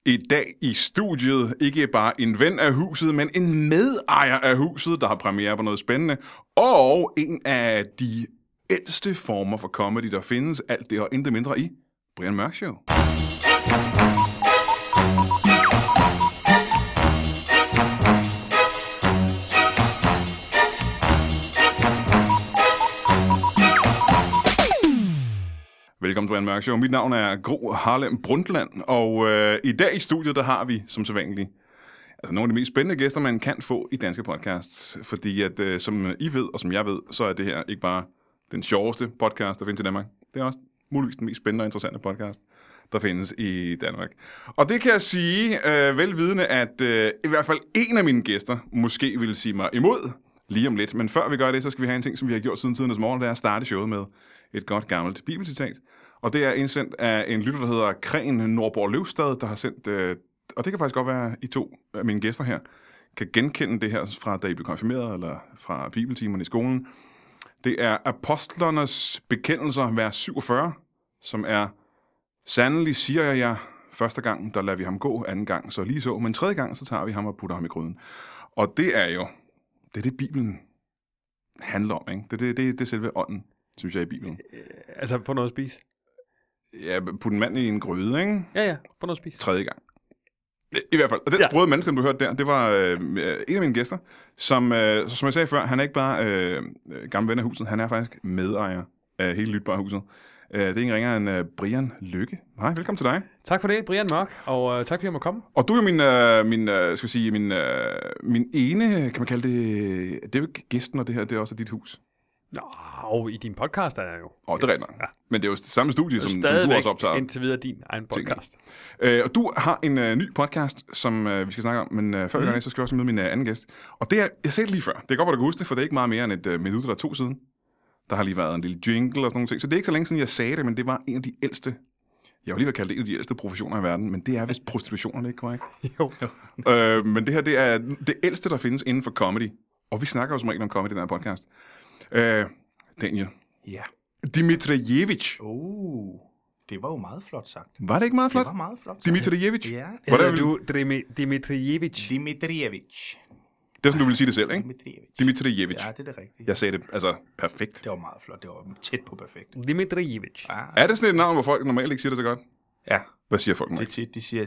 I dag i studiet ikke bare en ven af huset, men en medejer af huset, der har premiere på noget spændende, og en af de ældste former for comedy, der findes. Alt det og intet mindre i Brian Mørk Show. Velkommen til Brian Mørk Show. Mit navn er Gro Harlem Brundtland, og i dag i studiet, der har vi, som sædvanligt, nogle af de mest spændende gæster, man kan få i danske podcasts. Fordi at, som I ved, og som jeg ved, så er det her ikke bare den sjoveste podcast, der findes i Danmark. Det er også muligvis den mest spændende og interessante podcast, der findes i Danmark. Og det kan jeg sige, velvidende, at i hvert fald en af mine gæster måske vil sige mig imod lige om lidt. Men før vi gør det, så skal vi have en ting, som vi har gjort siden tidernes morgen, det er at starte showet med et godt gammelt bibelcitat. Og det er indsendt af en lytter, der hedder Kren Nordborg Løvstad, der har sendt, og det kan faktisk godt være, at I to af mine gæster her kan genkende det her fra da I blev konfirmeret, eller fra bibeltimerne i skolen. Det er Apostlernes bekendelser, vers 47, som er: sandelig siger jeg jer, første gang, der lader vi ham gå, anden gang, så lige så, men tredje gang, så tager vi ham og putter ham i gryden. Og det er jo, det Bibelen handler om, ikke? Det er selve ånden, synes jeg, i Bibelen. Altså, få noget at spise? Ja, putte en mand i en gryde, ikke? Ja, få noget at spise. Tredje gang. I hvert fald. Og den sprøde mand, som du hørte der, det var en af mine gæster, som jeg sagde før, han er ikke bare gammel ven af huset, han er faktisk medejer af hele Lytbar-huset. Det er ingen ringer end Brian Lykke. Hej, velkommen til dig. Tak for det, Brian Mørk, og tak fordi jeg må komme. Og du er min ene, kan man kalde det, det er jo ikke gæsten, og det her, det er også dit hus. Nå, i din podcast er jeg jo. Det er rigtigt. Ja. Men det er jo det samme studie, som du også optager. Indtil videre din egen podcast. Og du har en ny podcast, som vi skal snakke om, men før vi gør det, så skal jeg også møde min anden gæst. Og det er, jeg sagde det lige før, det er godt, at du kan huske det, for det er ikke meget mere end et minut eller to siden. Der har lige været en lille jingle og sådan nogle ting. Så det er ikke så længe siden, jeg sagde det, men det var en af de ældste, jeg vil lige have kaldt det en af de ældste professioner i verden, men det er vist prostitutionen, ikke korrekt? Jo. Men det her, det er det ældste, der findes inden for comedy. Og vi snakker jo som regel om comedy i den her podcast. Daniel. Ja. Dmitrijevic. Det var jo meget flot sagt. Var det ikke meget flot? Det var meget flot sagt. Dmitrijevic. Ja. Hedder du Dmitrijevic? Dmitrijevic. Det er sådan, du vil sige det selv, ikke? Dmitrijevic. Ja, det er det rigtige. Jeg sagde det, altså, perfekt. Det var meget flot. Det var tæt på perfekt. Dmitrijevic. Ja. Er det sådan et navn, hvor folk normalt ikke siger det så godt? Ja. Hvad siger folk normalt? De siger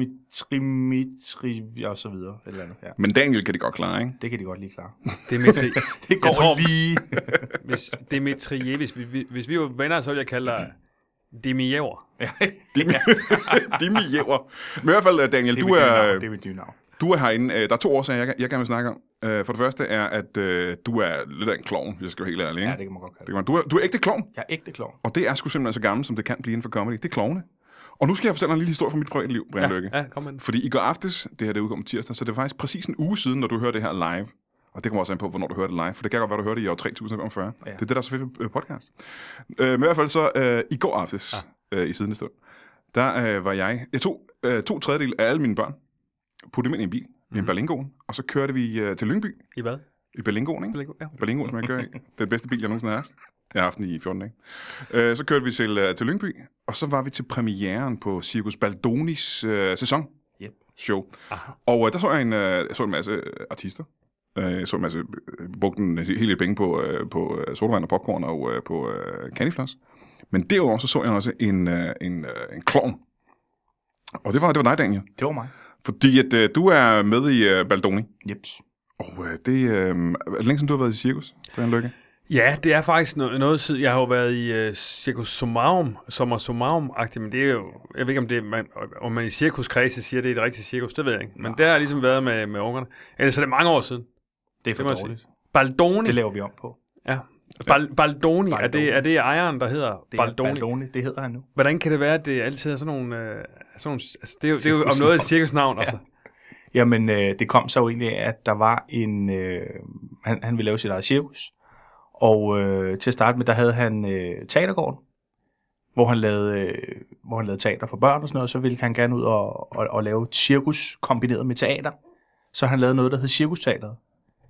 Dimitri og så videre. Eller andet. Ja. Men Daniel kan de godt klare, ikke? Det kan de godt lige klare. Dimitri. Det går lige. Hvis Dmitrijevic, hvis vi var venner, så ville jeg kalde dig Dimijever. Dimijever. Men i hvert fald, Daniel, det er mit nye navn. Du er herinde. Der er 2 årsager, jeg gerne vil snakke om. For det første er, at du er lidt af en klovn, hvis jeg skal være helt ærlig. Ikke? Ja, det kan man godt kalde det. Du er ægte klovn. Jeg er ægte klovn. Og det er sgu simpelthen så gammelt, som det kan blive inden for comedy. Det er klovne. Og nu skal jeg fortælle dig en lille historie fra mit private liv, Brian Lykke. Ja, kom med. Fordi i går aftes, det her det udkom tirsdag, så det er faktisk præcis en uge siden, når du hører det her live. Og det kommer også an på, hvornår du hører det live. For det kan godt være, du hører det i år 3045. Ja. Det er det, der er så fedt ved podcast. Men i hvert fald så i går aftes, i siden stund, der var jeg tog 2/3 af alle mine børn, puttede dem ind i en bil, i en Berlingoen, og så kørte vi til Lyngby. I hvad? I Berlingoen, ikke? Berlingoen, som jeg kører i. Det er den bedste bil, jeg nogensinde har haft. Jeg har haft den i 14 dage. Så kørte vi til Lyngby, og så var vi til premieren på Cirkus Baldonis sæson-show. Og der så jeg en masse artister. Jeg så en masse, brugte en hel del penge på sodavand og popcorn og på candyfloss. Men derudover så jeg også en klovn. Og det var dig, Daniel. Det var mig. Fordi at du er med i Baldoni. Jeps. Og det er længe siden du har været i cirkus, Brian Lykke? Ja, det er faktisk noget siden. Jeg har jo været i Cirkus Sommarum-agtigt, men det er jo, jeg ved ikke, om man i cirkuskredse siger, det er et rigtigt cirkus, det ved jeg ikke. Men det har jeg ligesom været med ungerne. Ellers er det mange år siden. Det er for dårligt. Baldoni. Det laver vi om på. Ja. Baldoni. Er det ejeren, der hedder Baldoni? Baldoni, det hedder han nu. Hvordan kan det være, at det altid er sådan nogle altså, det er jo om noget et cirkusnavn, altså. Jamen, det kom så jo egentlig af, at der var en... han ville lave sit eget cirkus. Og til at starte med, der havde han teatergården, hvor han lavede teater for børn og sådan noget. Så ville han gerne ud og lave et cirkus kombineret med teater. Så han lavede noget, der hed Cirkusteateret.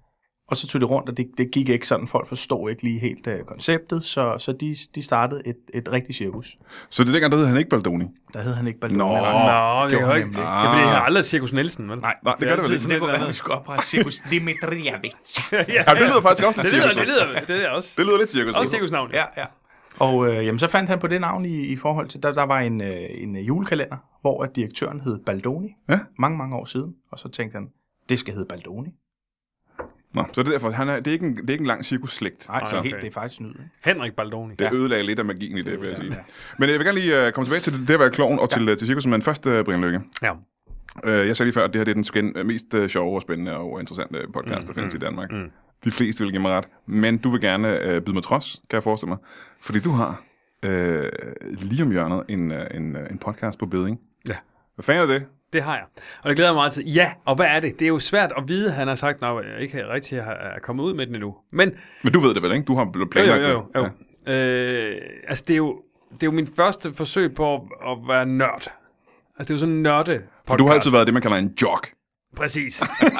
Og så tog de rundt, og det gik ikke sådan. Folk forstod ikke lige helt konceptet, så de startede et rigtigt cirkus. Så det dengang, der hed han ikke Baldoni? Der hed han ikke Baldoni. Nå, det er jo ikke. Det er fordi, jeg har aldrig Cirkus Nielsen, vel? Nej, det gør det vel ikke. Det kunne være, vi skulle oprette Cirkus Dimitrijevic. Ja, det lyder faktisk også lidt cirkus. Det er også. Det lyder lidt cirkus. Også cirkusnavn. Ja. Og jamen, så fandt han på det navn i forhold til, der var en julekalender, hvor at direktøren hed Baldoni. Ja. Mange år siden. Og så tænkte han, det skal hedde Baldoni. Nå, så det er derfor, det er ikke en lang cirkusslægt. Nej, okay. det er faktisk snyd. Henrik Baldoni. Det ødelagde lidt af magien i det, vil jeg sige. Men jeg vil gerne lige komme tilbage til det at være klovn og til cirkus, men først Brian Lykke. Ja. Jeg sagde lige før, at det her det er den mest sjove og spændende og interessante podcast, der findes i Danmark. De fleste vil give mig ret, men du vil gerne byde mig trods, kan jeg forestille mig. Fordi du har lige om hjørnet en podcast på Bedding. Ja. Hvad fanden er det? Det har jeg. Og det glæder jeg meget til. Ja, og hvad er det? Det er jo svært at vide, han har sagt, når jeg ikke rigtig er kommet ud med den endnu. Men du ved det vel, ikke? Du har planlagt det. Jo. Ja. Altså, det er jo min første forsøg på at være nørd. Altså, det er jo sådan en nørde-podcast. For du har altid været det, man kalder en jock. Præcis.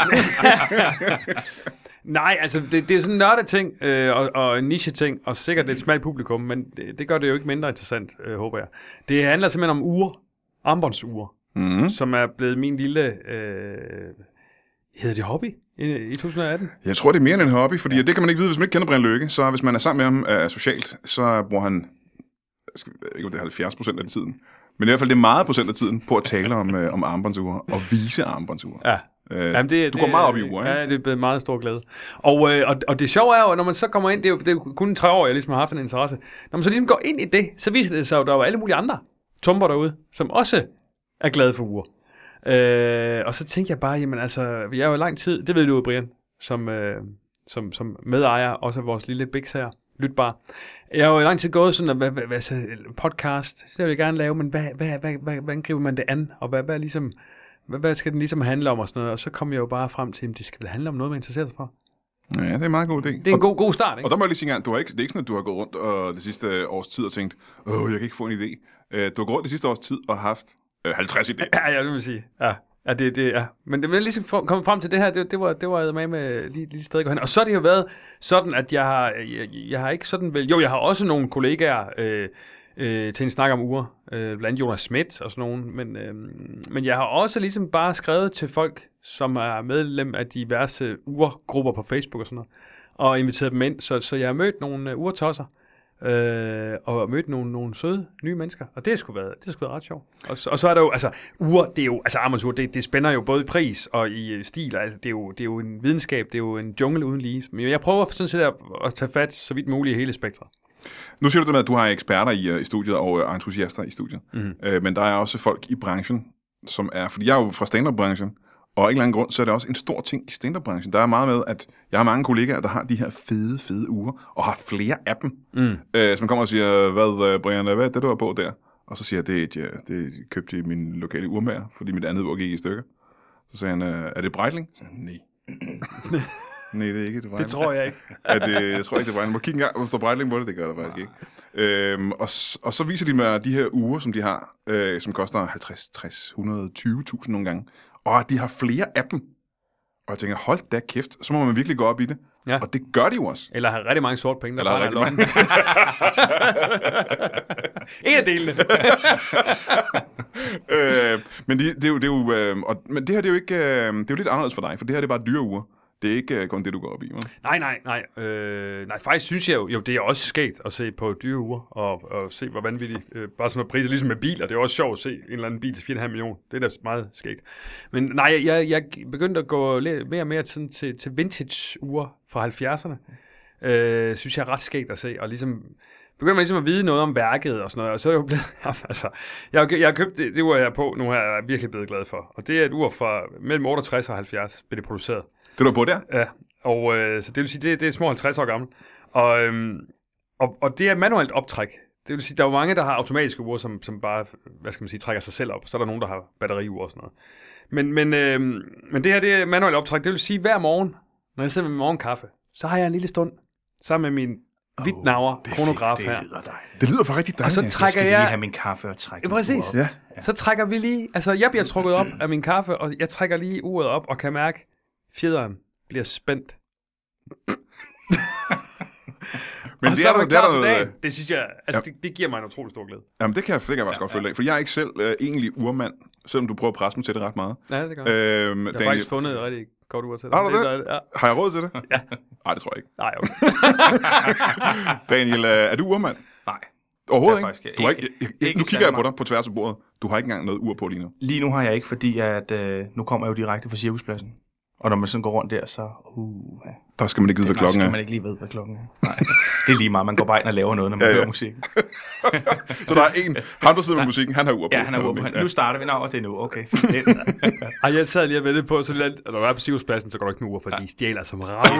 Nej, altså, det er sådan en nørde-ting og en niche-ting, og sikkert et smalt publikum, men det gør det jo ikke mindre interessant, håber jeg. Det handler simpelthen om uger. Armbåndsure. Som er blevet min lille, hedder det hobby i 2018? Jeg tror, det er mere end en hobby, fordi det kan man ikke vide, hvis man ikke kender Brian Lykke. Så hvis man er sammen med ham socialt, så bruger han, jeg ved ikke om det er 70% af tiden, men i hvert fald det er meget procent af tiden på at tale om armbåndsure og vise armbåndsure. Ja. Jamen du går meget op i uger, ikke? Ja, det er blevet meget stor glæde. Og det sjove er jo, når man så kommer ind, det er jo kun 3 år, jeg ligesom har haft en interesse. Når man så ligesom går ind i det, så viser det sig jo, at der er alle mulige andre tumper derude, som også er glade for uger. Og så tænkte jeg bare, jamen altså, jeg er jo lang tid, det ved du jo, Brian, som medejer, også af vores lille Bix her, Lytbar. Jeg har jo i lang tid gået sådan, podcast, det vil jeg gerne lave, men hvordan griber man det an, og hvad skal den ligesom handle om og sådan noget, og så kom jeg jo bare frem til, at det skal handle om noget, man interesserer sig for. Ja, det er en meget god idé. Det er en god start, ikke? Og der må jeg lige sige engang, det er ikke sådan, at du har gået rundt og det sidste års tid og tænkt, jeg kan ikke få en idé. Du har gået rundt det sidste års tid og haft 50 idéer. Ja, det vil sige. Ja, det ja. Men det vil ligesom komme frem til det her, det var med lige stadig gå hen. Og så har det jo været sådan, at jeg har ikke sådan vel... Jo, jeg har også nogle kollegaer til en snak om uger, blandt andet Jonas Schmidt og sådan nogen, men jeg har også ligesom bare skrevet til folk, som er medlem af diverse urgrupper på Facebook og sådan noget, og inviteret dem ind, så jeg har mødt nogle urtosser, og mødt nogle søde nye mennesker, og det har sgu været ret sjovt. Og så er der jo, altså, det er jo, altså armbåndsure, det spænder jo både i pris og i stil, altså det er jo en videnskab, det er jo en jungle uden lige. Men jeg prøver sådan set at tage fat så vidt muligt i hele spektret. Nu siger du det med, at du har eksperter i studiet og entusiaster i studiet, men der er også folk i branchen, som er, fordi jeg er jo fra stand-up-branchen, og af en eller anden grund, så er det også en stor ting i stand-up-branchen. Der er meget med, at jeg har mange kollegaer, der har de her fede uger, og har flere af dem. Som kommer og siger, Brian, hvad er det, du har på der? Og så siger jeg, det købte jeg i min lokale urmager, fordi mit andet ur gik i stykker. Så sagde han, er det Breitling? Så sagde han, nej. Nej, det er ikke det Breitling. Det tror jeg ikke. Jeg tror ikke, det er Breitling. Må kigge en gang, hvor står Breitling på det? Det gør der faktisk ikke. Og så viser de mig de her uger, som de har, som koster 50, 60, 100, 20.000 nogle gange. Og de har flere af dem. Og jeg tænker, hold da kæft, så må man virkelig gå op i det. Ja. Og det gør de jo også. Eller har rigtig mange sorte penge, der bare er lommen. En af delene. Men men det her det er jo ikke, det er jo lidt anderledes for dig, for det her det er bare dyre uger. Det er ikke kun det, du går op i, vel? Nej, faktisk synes jeg jo, det er også skægt at se på dyre uger, og se, hvor vanvittigt, bare sådan noget priser, ligesom med biler. Det er også sjovt at se en eller anden bil til 4,5 millioner. Det er da meget skægt. Men nej, jeg begyndte at gå mere og mere sådan til vintage-uger fra 70'erne. Synes jeg er ret skægt at se, og ligesom... Begynder man ligesom at vide noget om værket og sådan noget, og så er jeg jo blevet... Altså, jeg har købt det ur, jeg er på nu her, er jeg virkelig blevet glad for. Og det er et ur fra mellem 68 og 70, blev det produceret. Det du på der? Ja, og så det vil sige, det er små 50 år gammel. Og det er manuelt optræk. Det vil sige, der er jo mange, der har automatiske ure, som bare, hvad skal man sige, trækker sig selv op. Så er der nogen, der har batteriure og sådan noget. Men det her, det er manuelt optræk. Det vil sige, hver morgen, når jeg sidder med morgenkaffe, så har jeg en lille stund sammen med min hvidtnaver kronograf her. Det lyder for rigtig dejligt. Og så trækker jeg lige have min kaffe og trække præcis. Ja. Så trækker vi lige, altså jeg bliver trukket op af min kaffe, og jeg trækker lige uret op og kan mærke, fjederen bliver spændt. Men og det så er er man der klar til noget... dagen. Det synes jeg, altså det giver mig en utrolig stor glæde. Jamen, det kan jeg faktisk godt følge af, for jeg er ikke selv egentlig urmand, selvom du prøver at presse mig til det ret meget. Ja, det gør jeg. Jeg har faktisk fundet et rigtig godt ur til dig. Har du det? Ja. Har jeg råd til det? Ja. Nej, det tror jeg ikke. Nej, okay. Daniel, er du urmand? Nej. Overhovedet ikke? Du har ikke nu kigger jeg på dig på tværs af bordet. Du har ikke engang noget ur på lige nu. Lige nu har jeg ikke, fordi at, nu kommer jeg jo direkte fra cirkuspladsen. Og når man sådan går rundt der, så... Ja. Der skal man ikke vide, hvad klokken skal er. man ikke lige vide, hvad klokken er. Nej, det er lige meget. Man går bare ind og laver noget, når man hører musik. Så der er en... Ham, der sidder med musikken, han har ur på. Ja, han har ur på. Nu starter vi. Nå, det er nu. Okay. Ej, jeg sad lige og ventede på, så når du er på cirkuspladsen, så går du ikke med ur, for de stjæler som rav.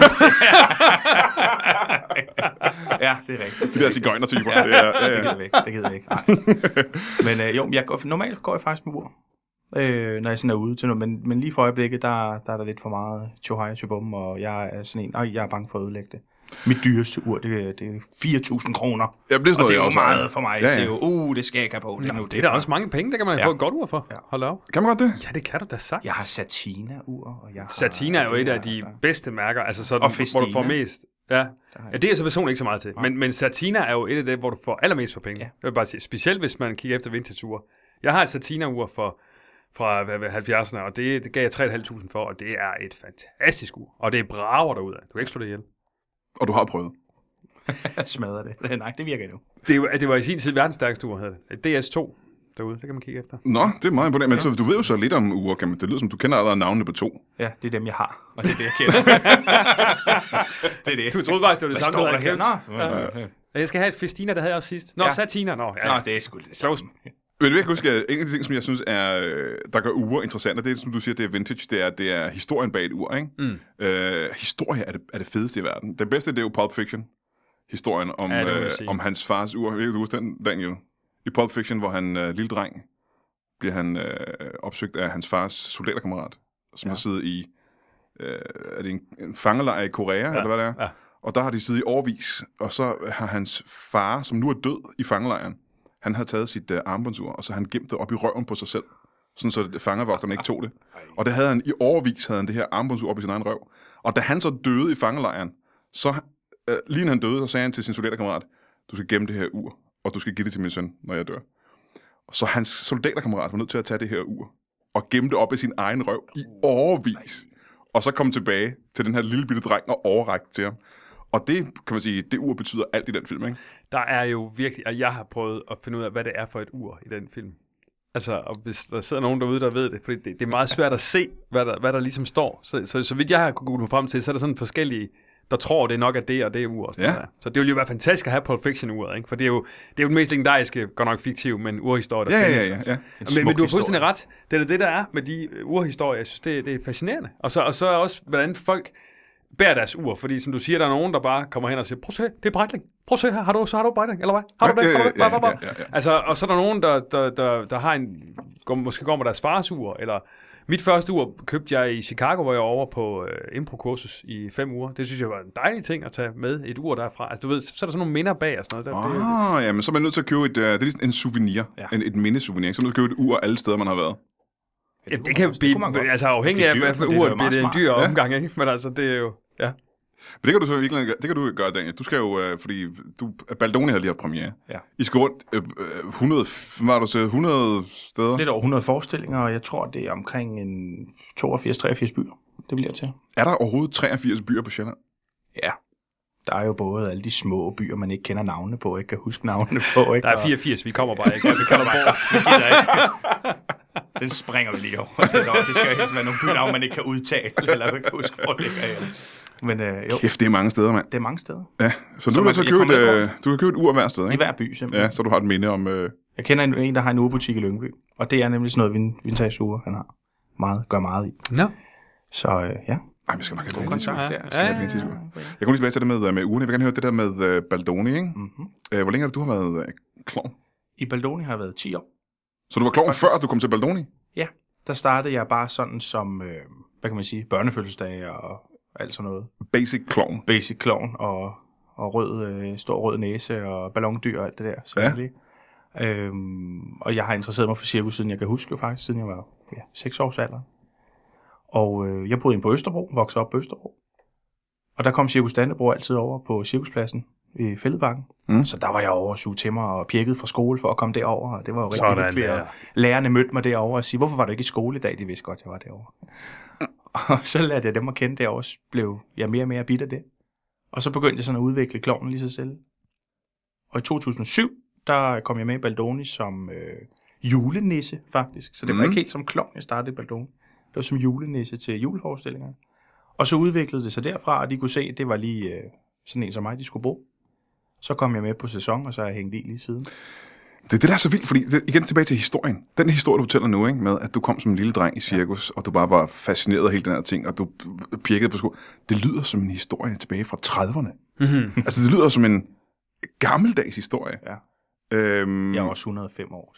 Ja, det er rigtigt. De der cigøjner-typer. Ja, det gider vi ikke. Det gider vi ikke. Nej. Men jo, normalt går jeg faktisk med ur. Når jeg sådan er ude til noget, men lige for øjeblikket, der er der lidt for meget tjohej og tjobum, og jeg er sådan en, jeg er bange for at ødelægge det. Mit dyreste ur, det er 4.000 kroner. Ja, det er sådan noget, og det er jeg jo også meget for mig. Ja. Det skal jeg ikke have på. Det er da også mange penge, det kan man få et godt ur for. Ja. Hold op. Kan man godt det? Ja, det kan du da sagt. Jeg har Satina-ur, og jeg har... Satina er jo et af de bedste mærker, altså sådan, hvor du får mest... Ja, det er jeg så personligt ikke så meget til. Men Satina er jo et af det, hvor du får allermest for penge. Ja. Jeg vil bare sige, specielt hvis man kigger efter vintage-ur. Jeg har et Satina-ur fra 70'erne, og det gav jeg 3.500 for, og det er et fantastisk ur. Og det er braver derude. Du kan ikke slå det ihjel. Og du har prøvet. Smadrer det. Nej, det virker endnu. Det var i sin tid verdens stærkeste ur, hedder det. DS2 derude, det kan man kigge efter. Nå, det er meget imponerende. Men så, du ved jo så lidt om ure, kan man. Det lyder som, du kender allerede navnene på 2. Ja, det er dem, jeg har. Og det er det, jeg kender. Det er det. Du troede faktisk, det var det samme, du havde købt. Ja. Jeg skal have et Festina, det havde jeg også sidst. Nå, ja. Satina. Nå, det er sgu det samme. Men jeg kan huske, at en af de ting, som jeg synes er, der gør ure interessante, det er, som du siger, det er vintage, det er historien bag et ur, ikke? Historie er det fedeste i verden. Det bedste, det er jo Pulp Fiction. Historien om hans fars ur. Jeg kan du huske den, Daniel? I Pulp Fiction, hvor han, lille dreng, bliver han opsøgt af hans fars soldaterkammerat, som har siddet i, er det en fangelejr i Korea, eller hvad det er? Ja. Og der har de siddet i årevis, og så har hans far, som nu er død i fangelejren, han havde taget sit armbåndsur, og så han gemt det op i røven på sig selv, sådan så fangervogterne ikke tog det. Og det havde han i årevis, det her armbåndsur op i sin egen røv. Og da han så døde i fangelejren, så lige når han døde, så sagde han til sin soldaterkammerat, du skal gemme det her ur, og du skal give det til min søn, når jeg dør. Så hans soldaterkammerat var nødt til at tage det her ur, og gemme det op i sin egen røv i årevis. Og så komme tilbage til den her lille bitte dreng og overrække til ham. Og det, kan man sige, det ur betyder alt i den film, ikke? Der er jo virkelig, og jeg har prøvet at finde ud af, hvad det er for et ur i den film. Altså, og hvis der sidder nogen derude, der ved det, fordi det er meget svært at se, hvad der ligesom står. Så vidt jeg har kunnet google frem til, så er der sådan forskellige, der tror, det er nok, at det og det er ur. Ja. Så det ville jo være fantastisk at have Pulp Fiction-uret, ikke? For det er jo den mest legendariske, godt nok fiktiv, men urhistorie, der findes. Ja. Men du har fuldstændig ret. Det er det, der er med de urhistorier. Jeg synes, det er fascinerende. Og så også, hvordan folk bærer deres ur, fordi som du siger, der er nogen, der bare kommer hen og siger, prøv at se, det er Breitling. Prøv at se her, har du Breitling, eller hvad? Har du det? Ja. Altså, og så er der nogen, der har måske går med deres fars ur, eller mit første ur købte jeg i Chicago, hvor jeg var over på impro-kursus i 5 uger. Det synes jeg var en dejlig ting at tage med, et ur derfra. Altså, du ved, så er der sådan nogle minder bag og sådan noget. Ja, men så er man nødt til at købe det er ligesom en souvenir, et mindesouvenir. Så er man nødt til at købe et ur alle steder, man har været. Ja, det kan blive, altså afhængig af, hvad for uret bliver det en dyr omgang, ikke? Men altså, det er jo, ja. Men det kan du så virkelig, det kan du gøre, Daniel. Du skal jo, fordi Baldoni har lige haft premiere. Ja. I skal rundt 100 steder? Lidt over 100 forestillinger, og jeg tror, det er omkring en 82-83 byer, det bliver til. Er der overhovedet 83 byer på Sjælland? Ja. Der er jo både alle de små byer, man ikke kender navnene på, ikke kan huske navnene på. Ikke? Der er 84, vi kommer bare ikke. Vi kalder ikke. Den springer vi lige over. Det skal helst være nogle bynavne, man ikke kan udtale, eller ikke huske, hvor det ligger. Men jo. Kæft, det er mange steder, mand. Det er mange steder. Ja, så du kan købe et ur hver sted, ikke? I hver by, simpelthen. Ja, så du har et minde om... Jeg kender en, der har en urbutik i Lyngby, og det er nemlig sådan noget vintage-ure, han har gør meget i. Nå. Så ja. Ej, vi skal nok have vintage-ure. Jeg kommer lige tilbage til det med ugen. Jeg vil gerne høre det der med Baldoni, ikke? Mm-hmm. Hvor længe har du været klovn? I Baldoni har jeg været 10 år. Så du var klovn før du kom til Baldoni? Ja, der startede jeg bare sådan som, hvad kan man sige, børnefødselsdag og alt sådan noget. Basic klovn. Basic klovn og stor rød næse og ballondyr og alt det der. Selvfølgelig. Ja. Og jeg har interesseret mig for cirkus, siden jeg kan huske faktisk, siden jeg var 6 års alder. Og jeg boede inde på Østerbro, voksede op på Østerbro. Og der kom Cirkus Dannebro altid over på cirkuspladsen i Fælledbakken. Så der var jeg over og suge til mig og pjekket fra skole for at komme derover. Og det var jo rigtig hyggeligt. Og lærerne mødte mig derovre og sige, hvorfor var du ikke i skole i dag? De vidste godt, jeg var derovre. Og så lærte jeg dem at kende derovre, så blev jeg mere og mere bitter det. Og så begyndte jeg sådan at udvikle klovnen lige så selv. Og i 2007, der kom jeg med i Baldoni som julenisse, faktisk. Så det var ikke helt som klovn, jeg startede i Baldoni. Det var som julenisse til juleforestillingerne. Og så udviklede det sig derfra, og de kunne se, at det var lige sådan en som mig, de skulle bruge. Så kom jeg med på sæson, og så har jeg hængt i lige siden. Det der er så vildt, fordi igen tilbage til historien. Den historie, du fortæller nu, ikke, med at du kom som en lille dreng i cirkus, og du bare var fascineret af hele den her ting, og du pjekkede på skole. Det lyder som en historie tilbage fra 30'erne. Altså, det lyder som en gammeldags historie. Ja. Jeg er også 105 år.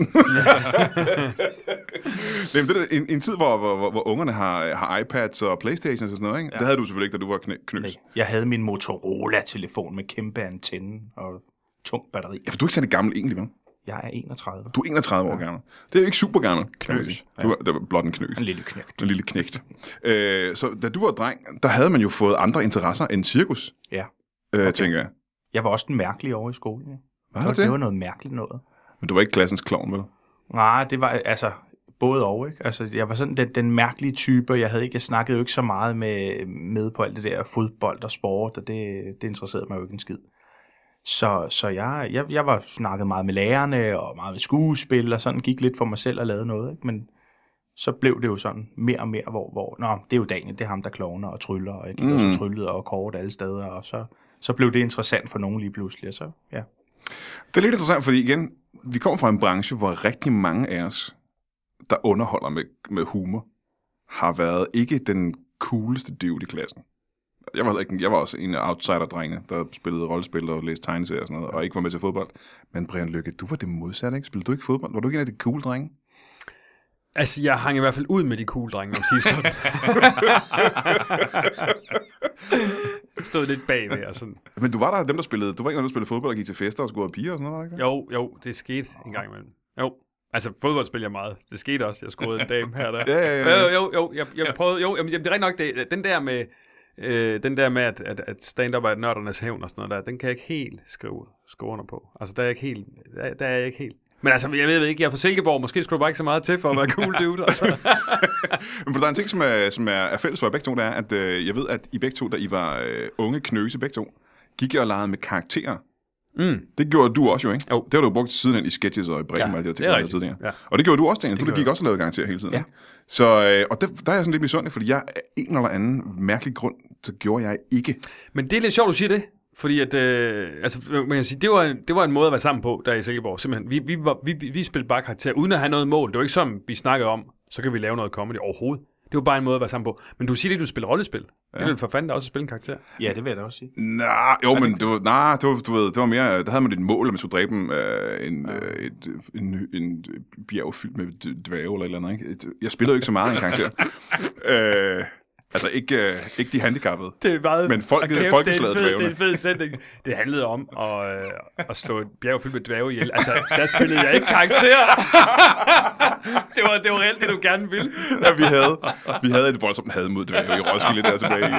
Det er en tid, hvor ungerne har iPads og Playstations og sådan noget, ikke? Ja. Det havde du selvfølgelig ikke, da du var knøs. Jeg havde min Motorola-telefon med kæmpe antenne og tung batteri. Ja, for du er ikke sådan gammel egentlig, vel? Jeg er 31. Du er 31 år gammel. Det er jo ikke super gammel. Knøs. Du er blot en knøs. En lille knægt. En lille knægt. Så da du var dreng, der havde man jo fået andre interesser end cirkus. Ja. Tænker jeg. Jeg var også den mærkelige over i skolen. Ja. Det var noget mærkeligt noget. Men du var ikke klassens klovn, vel? Nej, det var altså både og, ikke? Altså, jeg var sådan den mærkelige type, jeg snakkede jo ikke så meget med på alt det der fodbold og sport, og det interesserede mig jo ikke en skid. Så jeg var snakket meget med lærerne, og meget med skuespil, og sådan gik lidt for mig selv og lavede noget, ikke? Men så blev det jo sådan mere og mere, hvor det er jo Daniel, det er ham, der klovner og tryller, og jeg gik også og tryllede og kort alle steder, og så blev det interessant for nogen lige pludselig, og så, ja. Det er lidt interessant, fordi igen, vi kommer fra en branche, hvor rigtig mange af os, der underholder med humor, har været ikke den cooleste dude i klassen. Jeg var også en af outsider-drengene, der spillede rollespil og læste tegneserier og sådan noget, og ikke var med til fodbold. Men Brian Lykke, du var det modsatte, ikke? Spillede du ikke fodbold? Var du ikke en af de cool drenge? Altså, jeg hang i hvert fald ud med de cool drenge, når man siger sådan. Stod lidt bagved og sådan. Men du var der dem, der spillede... Du var ikke, der spillede fodbold og gik til fester og scorede piger og sådan noget, ikke? Jo, det skete en gang imellem. Jo. Altså, fodbold spiller jeg meget. Det skete også. Jeg scorede en dame her og der. Ja. Jo, jeg prøvede... Jo, jamen, det er rigtig nok, den der med, at stand-up er nørdernes hævn og sådan noget der, den kan jeg ikke helt skrive under på. Altså, der er jeg ikke helt. Men altså, jeg ved ikke, jeg er fra Silkeborg, måske skulle du bare ikke så meget til for at være cool dude. Altså. Men der er en ting, som er fælles for jer begge to, det er, at jeg ved, at I begge to, da I var unge knøse begge to, gik jeg og legede med karakterer. Det gjorde du også jo, ikke? Jo. Det har du brugt sidenhen i sketches og i Bremen og det der tidligere. Ja. Og det gjorde du også, Daniel. Du gik også og lavede karakterer hele tiden. Ja. Ikke? Så, og der er jeg sådan lidt misundelig, fordi jeg af en eller anden mærkelig grund, så gjorde jeg ikke. Men det er lidt sjovt, du siger det. Fordi at, altså, man kan sige, det var en måde at være sammen på, der i Silkeborg. Simpelthen, vi spillede bare karakterer, uden at have noget mål. Det var ikke som, vi snakkede om, så kan vi lave noget comedy overhovedet. Det var bare en måde at være sammen på. Men du siger ikke, du spiller rollespil. Ja. Det ville for fanden da også at spille en karakter. Ja, det vil jeg da også sige. Det var mere, der havde man et mål, at man skulle dræbe en bjerg fyldt med dværge eller et eller andet. Ikke? Jeg spillede jo ikke så meget en karakter. Altså ikke de handicappede, men folkeslaget dvævne. Det er en fed sætning. Det handlede om at slå et bjerg fyldt med dvæve ihjel. Altså, der spillede jeg ikke karakter. det var reelt det, du gerne ville. Ja, vi havde et voldsomt had mod dvæve i Roskilde der tilbage.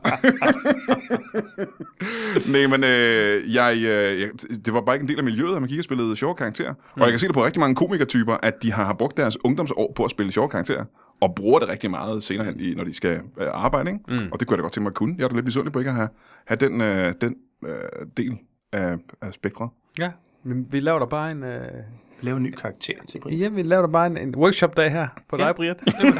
Nej, men det var bare ikke en del af miljøet, at man gik og spillede sjove karakterer. Og jeg kan se det på rigtig mange komikertyper, at de har brugt deres ungdomsår på at spille sjove karakterer. Og bruger det rigtig meget senere hen, når de skal arbejde, ikke? Og det kunne jeg da godt tænke mig at kunne. Jeg er da lidt misundelig på ikke at have den del af spektret. Ja, men vi laver da bare en... Lave en ny karakter til Brian. Ja, vi laver da bare en workshop-dag her på dig, Brian.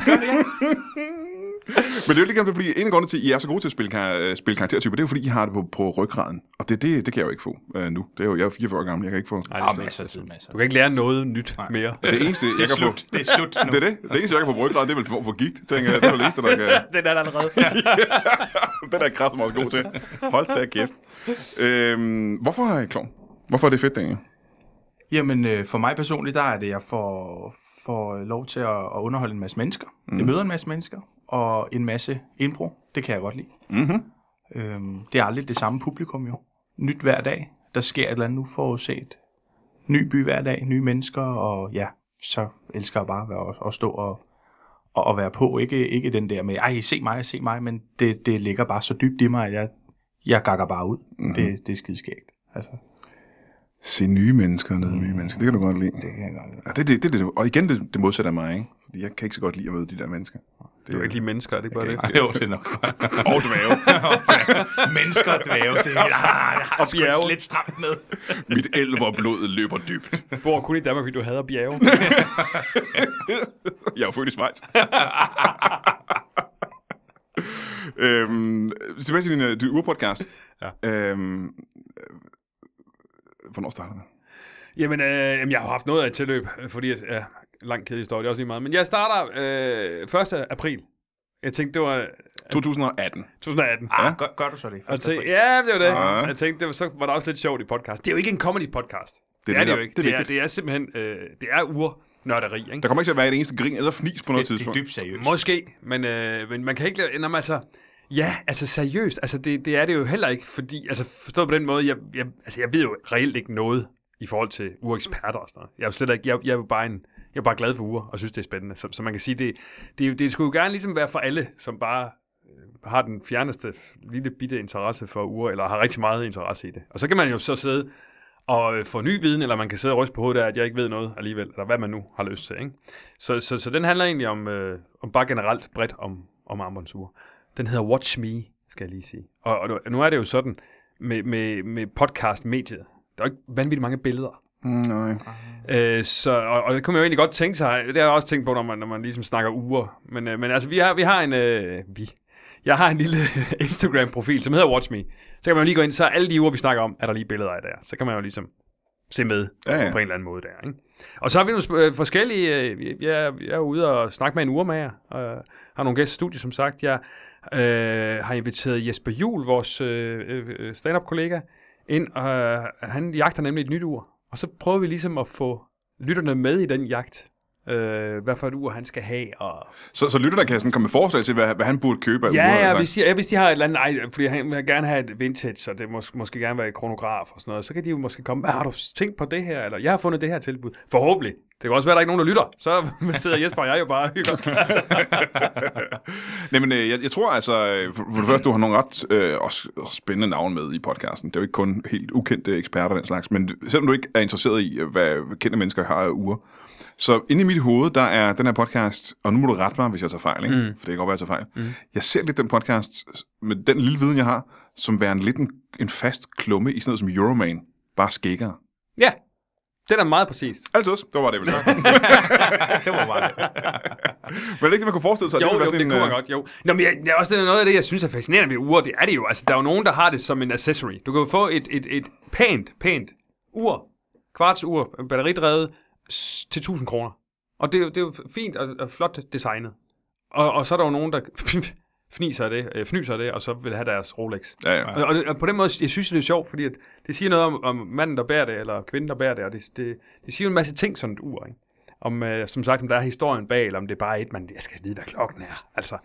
Men det er jo ikke fordi en af grundene til, at I er så gode til at spille karaktertyper, det er jo fordi, I har det på ryggraden. Og det kan jeg jo ikke få nu. Det er jo, jeg er 44 år gammel, jeg kan ikke få... Masser. Du kan ikke lære noget nyt mere. Det eneste, jeg kan få... Det er slut nu. Det er det. Det eneste, jeg kan få på ryggraden, det er vel for gigt, tænker jeg. Det er det eneste, der kan... Den er der allerede. Den er Kras også god til. Hold da kæft. Hvorfor er I klovn? Hvorfor er det fedt, Daniel? Jamen, for mig personligt, der er det, jeg får lov til at underholde en masse mennesker. Jeg møder en masse mennesker, og en masse impro. Det kan jeg godt lide. Det er aldrig det samme publikum jo. Nyt hver dag. Der sker et eller andet uforudset. Ny by hver dag, nye mennesker, og ja, så elsker jeg bare at stå og være på. Ikke den der med, se mig, men det ligger bare så dybt i mig, at Jeg gakker bare ud. Det er skideskægt. Altså. Se nye mennesker og nede nye mennesker. Det kan du godt lide. Det kan jeg godt lide. Ja, det. Og igen, det modsatte af mig, ikke? Fordi jeg kan ikke så godt lide at møde de der mennesker. Det er jo ikke lige mennesker, er det ikke bare det? Ej, jo, det er nok. Og dvæve. Mennesker og dvæve, det har og bjerge. lidt stramt med. Mit elverblod løber dybt. Du bor kun i Danmark, fordi du hader bjerge. Jeg er jo født i Schweiz. Tilbage til din urpodcast. Ja. Hvornår starter det? Jamen, jeg har haft noget af et tilløb, fordi at, lang kedelig historie, det er også lige meget. Men jeg starter 1. april. Jeg tænkte, det var... 2018. 2018. Gør du så det? Ja, det var det. Ja. Jeg tænkte, så var der også lidt sjovt i podcast. Det er jo ikke en comedy-podcast. Det er det jo ikke. Det er simpelthen... det er urnørderi, ikke? Der kommer ikke til at være et eneste grin eller fnis på noget tidspunkt. Det er dybt seriøst. Måske, men man kan ikke... Altså seriøst, altså det er det jo heller ikke, fordi, altså forstået på den måde, jeg ved jo reelt ikke noget i forhold til ureksperter og sådan noget. Jeg er jo slet ikke, jeg er bare glad for uger og synes, det er spændende. Så man kan sige, det skulle jo gerne ligesom være for alle, som bare har den fjerneste lille bitte interesse for uger, eller har rigtig meget interesse i det. Og så kan man jo så sidde og få ny viden, eller man kan sidde og ryste på hovedet af, at jeg ikke ved noget alligevel, eller hvad man nu har lyst til, ikke? Så den handler egentlig om bare generelt bredt om armbåndsure. Den hedder Watch Me, skal jeg lige sige. Og nu er det jo sådan, med podcast-mediet, der er jo ikke vanvittigt mange billeder. Nej. Og det kunne man jo egentlig godt tænke sig. Det har jeg også tænkt på, når man ligesom snakker uger. Men altså, jeg har en lille Instagram-profil, som hedder Watch Me. Så kan man jo lige gå ind, så alle de uger, vi snakker om, er der lige billeder af der. Så kan man jo ligesom se med på en eller anden måde der, ikke? Og så har vi nogle forskellige... Jeg er ude og snakke med en urmager, og har nogle gæster i studiet, som sagt. Jeg har inviteret Jesper Juhl, vores stand-up-kollega, ind, og han jagter nemlig et nyt ur. Og så prøver vi ligesom at få lytterne med i den jagt. Hvad for et ur han skal have. Og... Så lytterne kan sådan komme med forslag til, hvad han burde købe af ure? Ja, hvis de har et eller andet, fordi han vil gerne have et vintage, og det måske gerne være et kronograf og sådan noget, så kan de jo måske komme, har du tænkt på det her, eller jeg har fundet det her tilbud. Forhåbentlig. Det kan også være, der ikke er nogen, der lytter. Så sidder Jesper og jeg jo bare og hygger. Nej, men jeg tror altså, for det første, du har nogle ret også spændende navn med i podcasten. Det er jo ikke kun helt ukendte eksperter den slags, men selvom du ikke er interesseret i, hvad kendte mennesker har af ure, så inde i mit hoved, der er den her podcast, og nu må du rette mig, hvis jeg tager fejl, ikke? For det kan godt være, at jeg tager fejl. Jeg ser lidt den podcast, med den lille viden, jeg har, som værende lidt en fast klumme i sådan noget som Euroman, bare skækkere. Ja, det er da meget præcist. Altid også. Det var det, jeg ville sige. Det var meget Men det er ikke det, man kunne forestille sig? Jo, det kunne man godt, jo. Nå, men også noget af det, jeg synes er fascinerende ved ure, det er det jo. Altså, der er jo nogen, der har det som en accessory. Du kan jo få et pænt ur, kvartsur, batteridrevet, til 1.000 kroner. Og det er jo fint og flot designet. Og så er der jo nogen, der fnyser af det, og så vil have deres Rolex. Ja. Og på den måde, jeg synes, det er sjovt, fordi at det siger noget om manden, der bærer det, eller kvinden, der bærer det, og det siger en masse ting, sådan et ur, ikke? Om, som sagt, om der er historien bag, eller om det er bare jeg skal vide, hvad klokken er. Altså.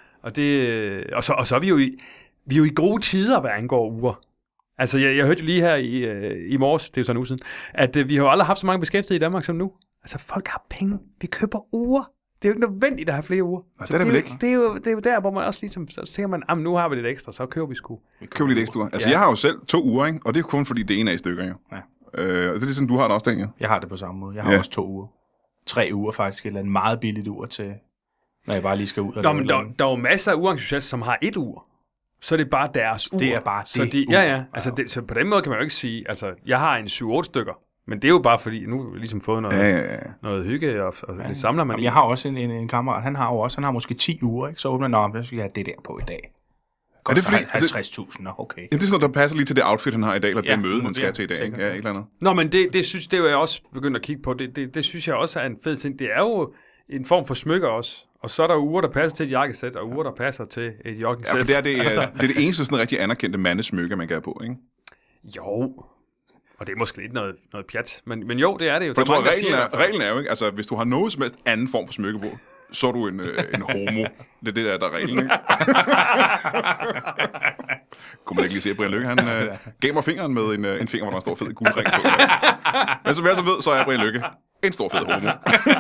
Og så er vi jo i gode tider, hvad angår ure. Altså, jeg hørte jo lige her i morges, det er jo sådan en uge siden, at vi har jo aldrig haft så mange beskæftigede i Danmark som nu. Altså, folk har penge. Vi køber ure. Det er jo ikke nødvendigt at have flere uger. Det er det vel ikke. Det er jo der, hvor man også ligesom, så tænker man, nu har vi lidt ekstra, så køber vi sgu. Køber lidt ekstra. Altså, jeg har jo selv 2 uger, ikke? Og det er kun fordi det ene er i stykker, jo. Ja. Og det er ligesom, du har det også, Daniel. Jeg har det på samme måde. Jeg har også 2 uger. 3 uger faktisk, et eller andet meget billigt ur til, når jeg bare lige skal ud. Nå, men der er jo masser af urentusiaster, som har 1 ur. Så er det bare deres ur. Det er bare det ur. Ja. Altså, så på den måde kan man jo ikke sige, altså, jeg har en 7-8 stykker. Men det er jo bare fordi, nu har vi ligesom fået noget hygge, og det samler man. Jamen, jeg har også en kammerat, han har måske 10 uger, ikke? Så åbner man, jeg skal have det der på i dag. Er det fordi 50.000, okay. Ja, det er sådan, der passer lige til det outfit, han har i dag, eller det møde, han skal til i dag, ikke? Ja, et eller andet. Nå, men det er jeg også begyndt at kigge på. Det synes jeg også er en fed ting. Det er jo en form for smykker også. Og så er der uger, der passer til et jakkesæt, og uger, der passer til et joggensæt. Ja, for det er det eneste sådan rigtig anerkendte mandesmykke, man kan have på, ikke? Jo. Og det er måske lidt noget pjat. Men jo, det er det jo. For jeg tror, reglen er jo ikke, altså hvis du har noget som helst anden form for smykke på, så er du en homo. Det er det, der er reglen, ikke? Kunne man ikke lige se, at Brian Lykke, han gav mig fingeren med en finger, hvor der står fed guldring på. Men som jeg så ved, så er Brian Lykke en stor fed homo.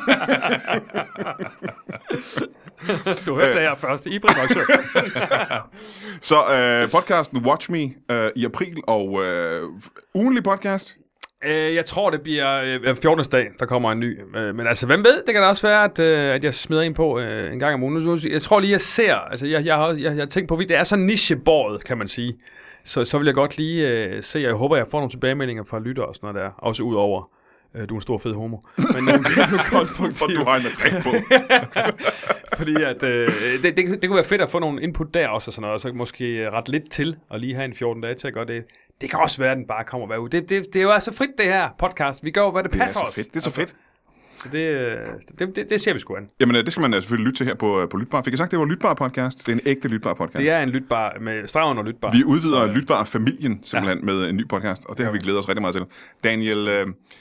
Du hørte det her først i Brian Mørk. Så podcasten Watch Me i april, og ugenlig podcast. Jeg tror, det bliver 14. dag, der kommer en ny. Men altså, hvem ved? Det kan da også være, at jeg smider en på en gang om ugen. Jeg tror lige, jeg ser. Altså, jeg har tænkt på, at det er så nichebåret, kan man sige. Så vil jeg godt lige se, og jeg håber, jeg får nogle tilbagemeldinger fra lytter og sådan noget der. Også ud over, du er en stor fed homo. Men nogle konstruktive. For du har en ring på. Fordi at, det kunne være fedt at få nogle input der også, og sådan noget, og så måske ret lidt til, og lige have en 14 dage til at gøre det. Det kan også være, at den bare kommer hver uge. Det er jo altså frit, det her podcast. Vi gør jo, hvad det passer os. Det er så fedt. Så det ser vi sgu an. Jamen, det skal man selvfølgelig lytte til her på Lytbar. Fik jeg sagt, det var Lytbar podcast? Det er en ægte Lytbar podcast. Det er en Lytbar med stregen og Lytbar. Vi udvider Lytbar-familien simpelthen med en ny podcast, og det har vi glædet os rigtig meget til. Daniel,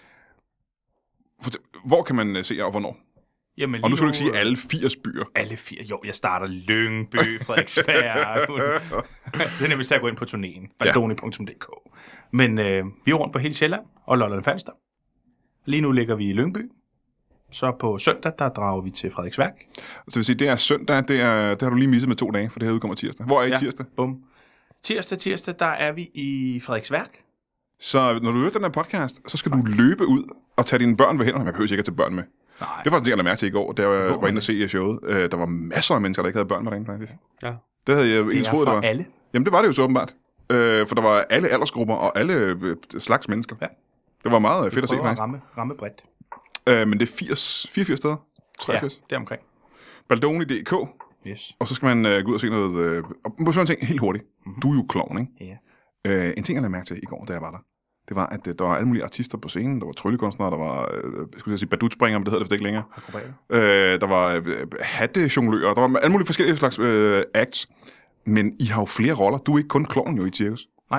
hvor kan man se jer, og hvornår? Jamen, og nu skal du ikke sige alle 80 byer. Alle 80. Jo, jeg starter Lyngby, Frederiksberg. Det er nemlig til at gå ind på turnéen. Baldoni.dk. Men vi er rundt på hele Sjælland og Lolland Falster. Lige nu ligger vi i Lyngby. Så på søndag, der drager vi til Frederiksværk. Så vil sige, det er søndag, det har du lige misset med 2 dage, for det her udkommer tirsdag. Hvor er I tirsdag? Bum. Tirsdag, der er vi i Frederiksværk. Så når du hører den her podcast, så skal du løbe ud og tage dine børn ved hænderne. Man behøver ikke at tage børn med. Nej. Det var faktisk det, jeg lagde mærke til i går, da jeg var inde og se showet. Der var masser af mennesker, der ikke havde børn med derinde, faktisk. Ja. Det havde jeg egentlig troet, det var. Alle. Jamen, det var det jo så åbenbart. For der var alle aldersgrupper og alle slags mennesker. Ja. Det var meget fedt at se, faktisk. Ramme bredt. Men det er 84 steder? 83? Ja, det er omkring. Baldoni.dk. Yes. Og så skal man gå ud og se noget. Måske en ting helt hurtigt. Du er jo klovn, ikke? Ja. En ting, jeg lagde mærke til i går, da jeg var der, det var, at der var alle mulige artister på scenen. Der var tryllekunstnere, der var, skulle jeg sige, badutspringer, men det hedder det vist ikke længere. Der var hattejonglører, der var alle mulige forskellige slags acts. Men I har jo flere roller. Du er ikke kun klovn jo i cirkus. Nej.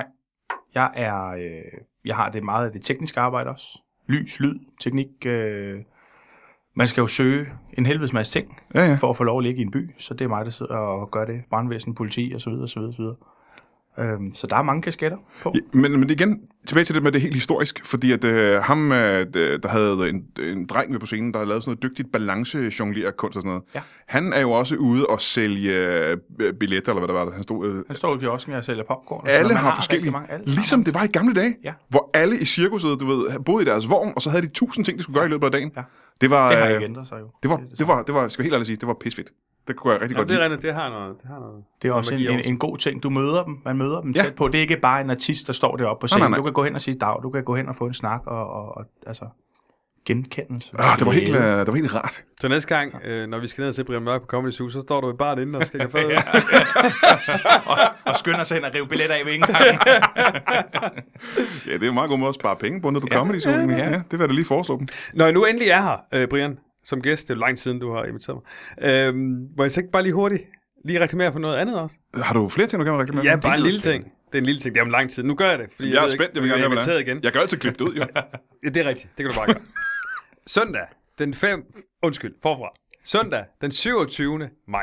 Jeg har det meget af det tekniske arbejde også. Lys, lyd, teknik. Man skal jo søge en helvedes masse ting for at få lov at ligge i en by. Så det er mig, der sidder og gør det. Brandvæsen, politi osv. Så der er mange kasketter på. Ja, men igen, tilbage til det med det helt historisk, fordi at ham, der havde en dreng med på scenen, der havde lavet sådan noget dygtigt balance-jonglerkunst og sådan noget. Ja. Han er jo også ude og sælge billetter, eller hvad der var. Han stod i kiosken og sælger popcorn. Alle har forskellige. Ligesom det var i gamle dage, hvor alle i cirkuset, du ved, boede i deres vogn, og så havde de 1000 ting, de skulle gøre i løbet af dagen. Ja. Det har ikke ændret sig jo. Det var, skal jeg helt ærligt sige, det var pisfedt. Det kunne jeg rigtig godt lide. Det har noget. Det er også en god ting. Du møder dem. Man møder dem tæt på. Det er ikke bare en artist, der står deroppe på scenen. Nej. Du kan gå hen og sige dag. Du kan gå hen og få en snak og altså genkendelse. Det var helt rart. Så næste gang, når vi skal ned til Brian Mørk på Comedy Zoo, så står du i baren inden og skal have fad. og skynder sig hen og rive billetter af ved indgangen. Ja, det er en meget god måde at spare penge på nede på Comedy Zoo. Ja, det vil jeg da lige foreslå dem. Når jeg nu endelig er her, Brian, som gæst, det er jo lang siden, du har inviteret mig. Må jeg så ikke bare lige hurtigt reklamere for noget andet også? Har du flere ting, du kan reklamere? Ja, bare en lille ting. Det er en lille ting, det er om lang tid. Nu gør jeg det, fordi jeg er spændt, jeg vil gerne have det igen. Jeg kan altid klippe det ud, jo. Ja, det er rigtigt, det kan du bare gøre. Søndag, den 27. maj,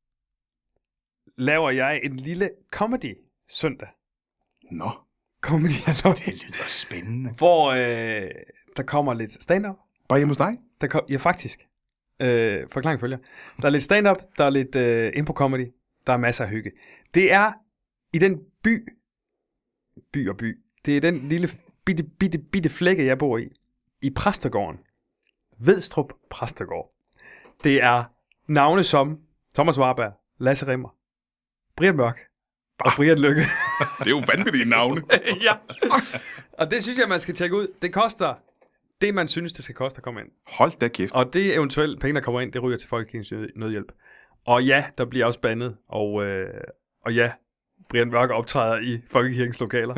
laver jeg en lille comedy søndag. Nå. Comedy, det lyder spændende. Hvor der kommer lidt stand-up. Bare hjemme hos dig? Ja, faktisk. Forklaring følger. Der er lidt stand-up, der er lidt impro-comedy, der er masser af hygge. Det er i den by, det er den lille bitte flække, jeg bor i Præstergården. Vedstrup Præstergård. Det er navne som Thomas Warberg, Lasse Rimmer, Brian Mørk og Brian Lykke. Det er jo vanvittige navne. Ja. Og det synes jeg, man skal tjekke ud. Det koster det, man synes, det skal koste at komme ind. Hold da kæft. Og det eventuelt penge, der kommer ind, det ryger til Folkekirkens Nødhjælp. Og ja, der bliver også bandet. Og ja, Brian Mørk optræder i Folkekirkens lokaler.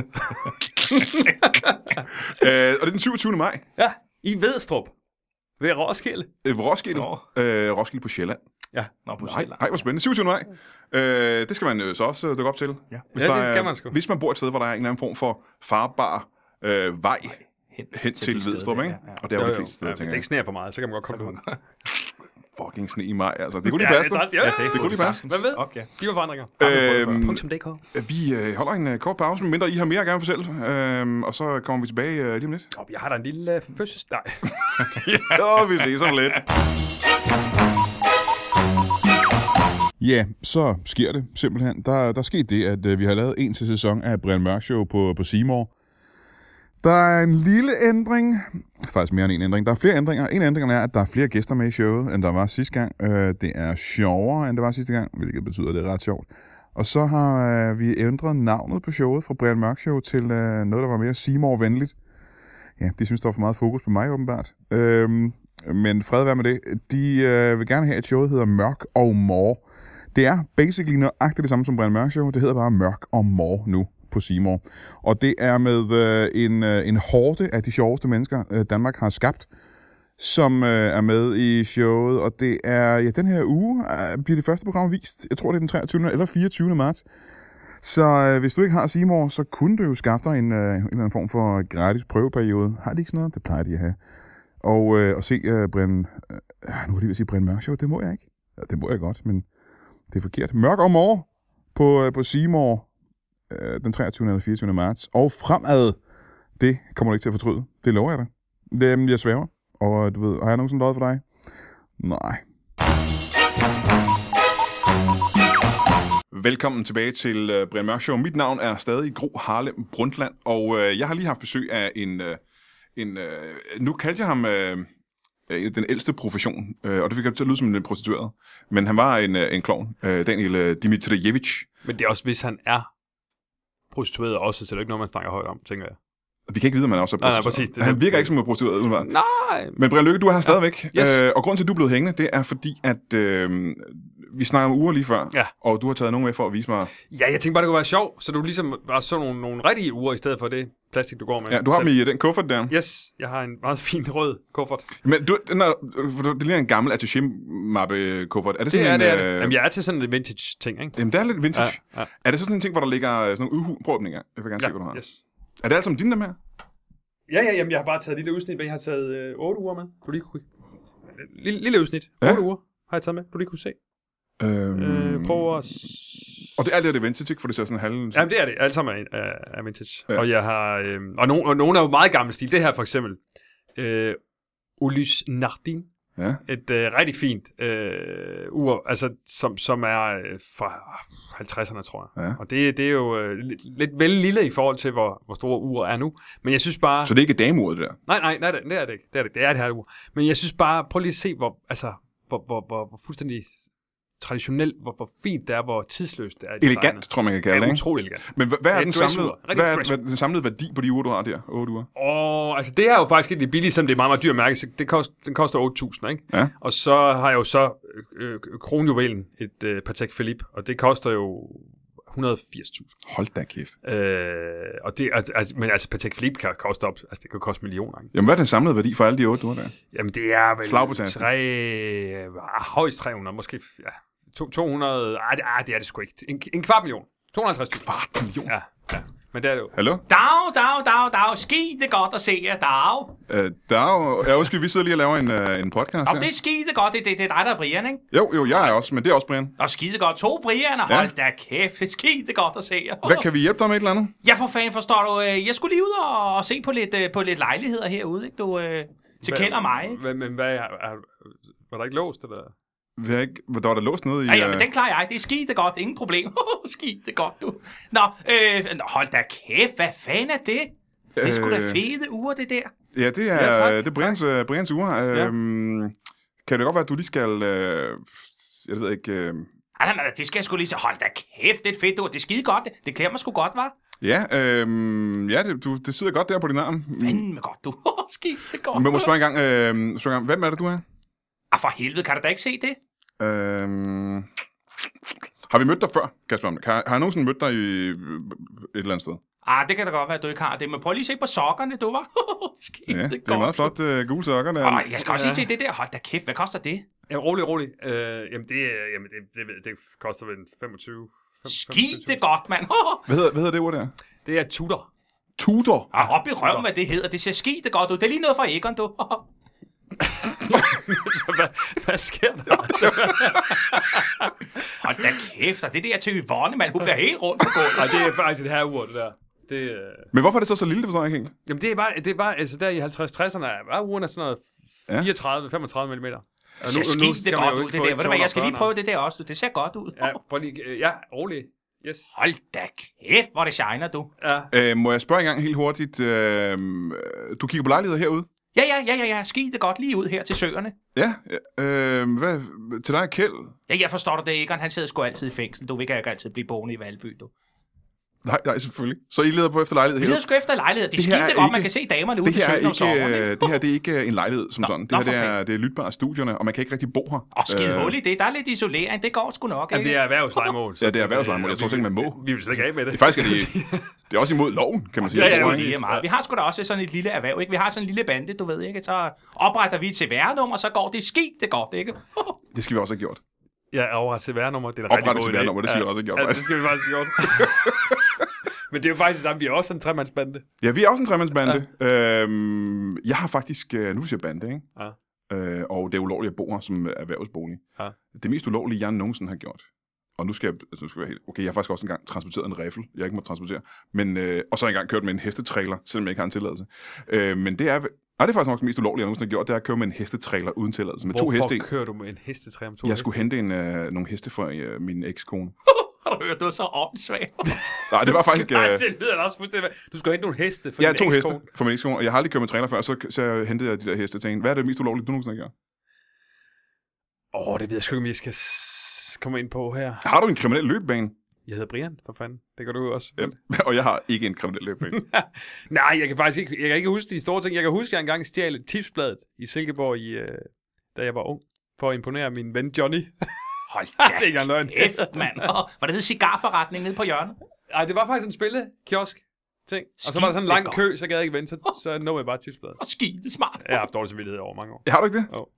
Og det er den 27. maj. Ja, i Vedstrup. Ved Roskilde. Roskilde på Sjælland. Ja. På Sjælland. Nej, hvor spændende. 27. maj. Det skal man så også dukke op til. Ja, det skal man sgu. Hvis man bor et sted, hvor der er en eller anden form for farbar vej hen til Vedstrup, ikke? Og det er jo de fleste steder, hvis det ikke sneer for meget, så kan man godt komme ud. fucking sne i maj, altså. Det kunne lige passe. Det kunne lige passe. Hvad ved? Okay. De var forandringer. .dk. Vi holder en kort pause, medmindre I har mere at gerne fortælle. Og så kommer vi tilbage lige om lidt. Jeg har da en lille fødselsdag. Ja, vi ses om lidt. Ja, så sker det simpelthen. Der skete det, at vi har lavet en til sæson af Brian Mørk Show på Seymour. Der er en lille ændring. Faktisk mere end en ændring. Der er flere ændringer. En ændring er, at der er flere gæster med i showet, end der var sidste gang. Det er sjovere, end det var sidste gang, hvilket betyder, at det er ret sjovt. Og så har vi ændret navnet på showet fra Brian Mørk Show til noget, der var mere Seymour-venligt. Ja, de synes, der var for meget fokus på mig, åbenbart. Men fred være med det. De vil gerne have, at showet hedder Mørk og More. Det er basically nøjagtigt det samme som Brian Mørk Show. Det hedder bare Mørk og More nu på Seymour. Og det er med en horde af de sjoveste mennesker, Danmark har skabt, som er med i showet. Og det er, den her uge bliver det første program vist. Jeg tror, det er den 23. eller 24. marts. Så hvis du ikke har Seymour, så kunne du jo skaffe dig en eller anden form for gratis prøveperiode. Har de ikke sådan noget? Det plejer de at have. Og se Brian... nu var det lige at sige Brian Mørk Show. Det må jeg ikke. Ja, det må jeg godt, men det er forkert. Mørk og More på Seymour den 23. eller 24. marts. Og fremad, det kommer du ikke til at fortryde. Det lover jeg dig. Det jeg svæver. Og du ved, har jeg nogensinde løjet for dig? Nej. Velkommen tilbage til Brian Mørk Show. Mit navn er stadig Gro Harlem Brundtland, og jeg har lige haft besøg af en nu kaldte jeg ham den ældste profession, og det fik jeg til at lyde som en prostitueret. Men han var en klovn, Daniel Dimitrijevic. Men det er også, hvis han er prostitueret også, så det er ikke noget, man snakker højt om, tænker jeg. Vi kan ikke vide, om han også er prostitueret. Nej, præcis. Han virker ikke som en prostitueret udenbart. Nej. Men Brian Lykke, du er her stadigvæk. Yes. Og grunden til, at du er blevet hængende, det er fordi, at vi snakker om uger lige før, ja. Og du har taget nogen med for at vise mig... Ja, jeg tænkte bare, det kunne være sjovt, så du ligesom bare så nogle rigtige uger, i stedet for det plastik, du går med. Ja, du har dem i den kuffert der. Yes, jeg har en meget fin rød kuffert. Men det ligner en gammel attaché-mappe-kuffert. Er det sådan det er det. Jamen, jeg er til sådan en vintage-ting, ikke? Jamen, det er lidt vintage. Ja. Er det så sådan en ting, hvor der ligger sådan nogle prøv dem, jeg vil gerne se, hvad du har. Yes. Er det alt sammen dine dem her? Ja, jamen, jeg har bare taget lille udsnit, men jeg har taget 8 uger med. Du lige kunne... Lille udsnit. 8 uger har jeg taget med, du lige kunne se. Prøv at... Og det er alt det vintage, ikke? For det ser sådan halv... Jamen, det er det. Alt sammen er vintage. Ja. Og jeg har... og nogle er jo meget gammel stil. Det her for eksempel. Ulysse Nardin. Ja. Et rigtig fint ur, altså, som er fra 50'erne, tror jeg. Ja. Og det er jo lidt vel lille i forhold til, hvor store ur er nu. Men jeg synes bare... Så det er ikke dameuret, det der? Nej, det er det ikke. Det er det her ur. Men jeg synes bare, prøv lige at se, hvor fuldstændig traditionelt, hvor fint det er, hvor tidsløst det er. Elegant, tror man kan kalde det, ikke? Utrolig elegant. Men hvad er den samlede værdi på de uger, du har der? 8 uger? Altså det er jo faktisk ikke det billige, som det er meget, meget dyrt mærke. Den koster 8.000, ikke? Ja. Og så har jeg jo så kronjuvelen, et Patek Philippe, og det koster jo 180.000. Hold da kæft. Og det, men Patek Philippe kan koste op, altså det kan koste millioner. Ikke? Jamen hvad er den samlede værdi for alle de 8 uger der? Jamen det er vel højst 300, måske 200, det er det sgu ikke. En kvart million. 250.000. Kvart million? Ja. Men det er det jo. Hallo? Dag. Skide godt at se jer, Dag. Ja, undskyld, vi sidder lige og laver en podcast her. Det er skide godt. Det er dig, der er Brian, ikke? Jo, jeg er også, men det er også Brian. Og skide godt. 2 Brianer. Ja. Hold da kæft, det er skide godt at se jer. Hvad kan vi hjælpe dig med et eller andet? Ja, for fanden, forstår du. Jeg skulle lige ud og se på lidt lejligheder herude, ikke? Du kender mig, ikke? Men hvad var der ikke låst, eller? Der var der låst noget i... Ja, men den klarer jeg. Det er skide godt. Ingen problem. Skide godt, du. Nå, hold da kæft. Hvad fanden er det? Det er sgu da fede uger, det der. Ja, det er Brians uger. Ja. Kan det godt være, at du lige skal... jeg ved ikke... Nej, det skal jeg sgu lige sige. Hold da kæft, det er et fedt ur. Det er skide godt. Det klæder mig sgu godt, hva'? Ja, det sidder godt der på din arm. Fandme godt, du. Skide godt. Men må spørge en gang, hvem er det, du er? For helvede, kan du da ikke se det? Har vi mødt dig før, Kasper? Har jeg nogensinde mødt dig et eller andet sted? Det kan da godt være, at du ikke har det. Men prøv lige at se på sokkerne, du var. Ja, det er meget flot gule sokker. Der. Jeg skal også lige se det der. Hold da kæft, hvad koster det? Ja, rolig. Det koster vel 25. Skide godt, mand. Hvad hedder det ord der? Det er Tudor. Tudor? Op i røven, hvad det hedder. Det ser skide godt ud. Det er lige noget fra Egon, du. Så hvad sker der? Hold da kæft, og det der til Yvonne, mand, hun bliver helt rundt på gulvet. Nej, det er faktisk et herreur, det der. Men hvorfor er det så lille, det forstår jeg ikke helt? Jamen, det er bare altså der i 50-60'erne, var uren sådan noget 34-35 mm. Det ser skide godt ud, det der. Ved du hvad, jeg skal lige prøve det der også. Det ser godt ud. Ja, prøv lige. Ja, rolig. Yes. Hold da kæft, hvor det shiner, du. Ja. Må jeg spørge en gang helt hurtigt? Du kigger på lejligheder herude? Ja. Skide godt lige ud her til søerne. Ja. Hvad? Til dig, Kjeld? Ja, jeg forstår du det, Egon. Han sidder sgu altid i fængsel. Du vil ikke altid blive boende i Valby, du. Nej, selvfølgelig. Så I leder på efter lejlighed Vi leder sgu efter lejlighed. Det er skide godt, man kan se damerne ude i søen om sommeren. Det her det er ikke en lejlighed som sådan. Det her det er lytbare studierne, og man kan ikke rigtig bo her. Skide hul i det. Der er lidt isolering. Det går sgu nok, ikke? Ja, det er erhvervslejemål. Ja, det er erhvervslejemål. Jeg tror ikke, man må. Vi vil slet ikke af med det. Faktisk det er også imod loven, kan man sige. Det er meget. Vi har sgu da også sådan et lille erhverv, ikke? Vi har sådan en lille bande, du ved, ikke? Så opretter vi et CVR-nummer, så går det skide det godt, ikke? Det skal vi også have gjort. Ja, overret CVR-nummer. Det er rigtig godt. CVR-nummer, det skal vi også have gjort. Ja, det skal vi faktisk have gjort. Men det er jo faktisk det samme, vi er også en tremandsbande. Ja, vi er også en tremandsbande. Ja. Jeg har faktisk, nu siger bande, ikke? Ja. Og det er ulovligt at bo her som erhvervsbolig. Ja. Det mest ulovlige, jeg nogensinde har gjort. Og nu skal jeg være helt... Okay, jeg har faktisk også engang transporteret en riffel, jeg ikke må transportere. Men, og så engang kørt med en hestetrailer, selvom jeg ikke har en tilladelse. Men det er... Nej, det er faktisk nok det mest ulovlige, jeg nogensinde har gjort, det er at køre med en hestetrailer uden tilladelse. Med 2 heste. Hvorfor kører du med en hestetrailer med 2 heste? Jeg skulle hente nogle heste fra min ekskone. Har du hørt, du er så åndssvag? Nej, det var faktisk... Nej, det lyder da også fuldstændig... Du skulle hente nogle heste for din ekskone. 2 heste for min ekskone, og jeg har aldrig kørt med trailer før, så hentede jeg de der heste til en. Hvad er det mest ulovlige, du nogensinde har gjort? Det ved jeg sgu ikke, om jeg skal komme ind på her. Har du en kriminel løbebane? Jeg hedder Brian, for fanden. Det gør du jo også. Ja, og jeg har ikke en kriminel løbebane. Nej, jeg kan faktisk ikke... Jeg kan ikke huske de store ting. Jeg kan huske, at jeg engang stjal et tipsblad i Silkeborg, da jeg var ung, for at imponere min ven Johnny. Hold da det er ikke engang kæft, mand. Var det hed cigarforretning nede på hjørnet? Nej, det var faktisk en spillekiosk ting. Og så var der sådan en lang kø, så gad jeg ikke vente, så nåede jeg bare tipsbladet. Og skide smart. Jeg har haft dårlig samvittighed over mange år. Har du ikke det? Jo.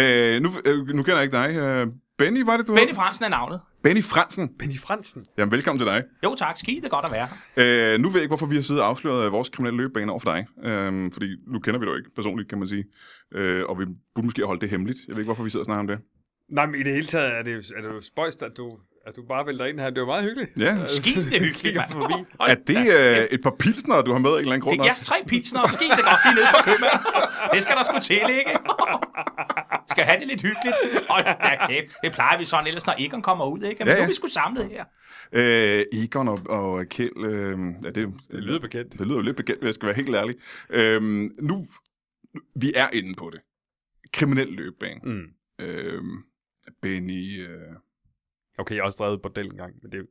Nu kender jeg ikke dig. Benny, var det du? Benny Fransen er navnet. Benny Fransen. Benny Fransen. Jamen, velkommen til dig. Jo tak, skide det godt at være her. Nu ved jeg ikke, hvorfor vi har siddet og afsløret vores kriminelle løbebane over for dig. Fordi nu kender vi dig jo ikke personligt, kan man sige. Og vi burde måske holde det hemmeligt. Jeg ved ikke, hvorfor vi sidder og snakker om det. Nej, men i det hele taget er det jo spøjst, at du bare vælter ind her. Det er jo meget hyggeligt. Ja. Skide det hyggeligt, mand. Er det et par pilsner, du har med af en eller anden grund også? Ja, 3 pilsner, og skide det godt, de er nede fra købmanden. Det skal der sgu til, ikke? Skal have det lidt hyggeligt. Hold da kæft. Det plejer vi sådan, ellers når Egon kommer ud, ikke? Men nu er vi sgu samlet her. Egon og Kjeld, det lyder bekendt. Det lyder jo lidt bekendt, hvis jeg skal være helt ærlig. Nu, vi er inde på det. Kriminel løbebane. Benny... Okay, jeg har også drevet bordel en gang, men det...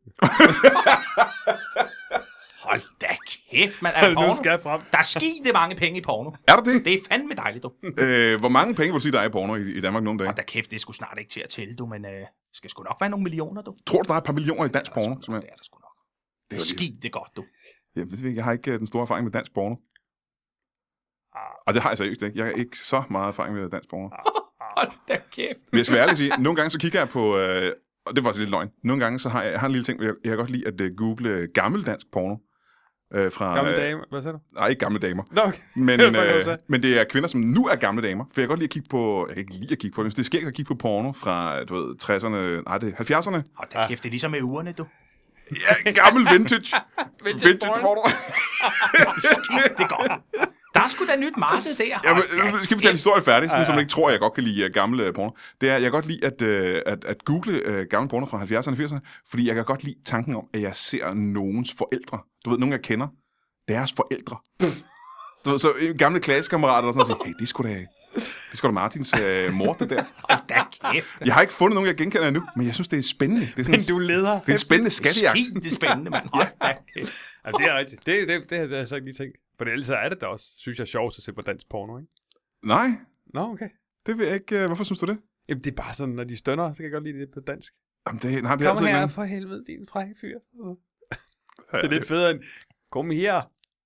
Hold da kæft, man. Er nu skal jeg frem. Der er skide mange penge i porno. Er der det? Det er fandme dejligt, du. Hvor mange penge vil du sige, der er i porno i Danmark nogle dage? Hold da kæft, det er sgu snart ikke til at tælle, du, men skal sgu nok være nogle millioner, du. Tror du, der er et par millioner i dansk porno? Det er der sgu nok. Det er skide godt, du. Jeg har ikke den store erfaring med dansk porno. Og det har jeg seriøst ikke. Jeg har ikke så meget erfaring med dansk porno. Hold da kæft. Men jeg skal være ærlig at sige, nogle gange så kigger jeg på... og det var faktisk lidt løgn. Nogle gange så har jeg en lille ting, jeg kan godt lide at google gammeldansk porno. Fra, gamle damer? Hvad sagde du? Nej, ikke gamle damer. Nå, okay. Men det er kvinder, som nu er gamle damer. For jeg kan godt lide at kigge på... Jeg kan ikke lide at kigge på det. Det er skægt at kigge på porno fra, du ved, 60'erne... Nej, det er 70'erne. Hold da kæft, det er ligesom med ugerne, du. Ja, gammel vintage. vintage porno. Det er godt. Der er sgu da nyt marked der. Ja, men, nu skal vi tale historien færdig, så man ikke tror, at jeg godt kan lide gamle porno. Det er, jeg kan godt lide at google gamle porno fra 70'erne og 80'erne, fordi jeg kan godt lide tanken om, at jeg ser nogens forældre. Du ved, nogen jeg kender, deres forældre. Du ved, så gamle klassekammerater, der sådan siger, hey, det er sgu da Martins mor, det der. Hold da kæft. Jeg har ikke fundet nogen, jeg genkender endnu, men jeg synes, det er spændende. Det er sådan, men du leder. Det er en spændende skattejagt. Det er spændende, mand. Hold da kæft. Ja, det er rigtigt. Det har jeg så ikke lige tænkt. For ellers er det da også, synes jeg, sjovt at se på dansk porno, ikke? Nej. Nå, okay. Det ved jeg ikke. Hvorfor synes du det? Jamen, det er bare sådan, når de stønner, så kan jeg godt lide det på dansk. Jamen, det er kom altid her for helvede, din frække fyr. Det er lidt federe end, kom her,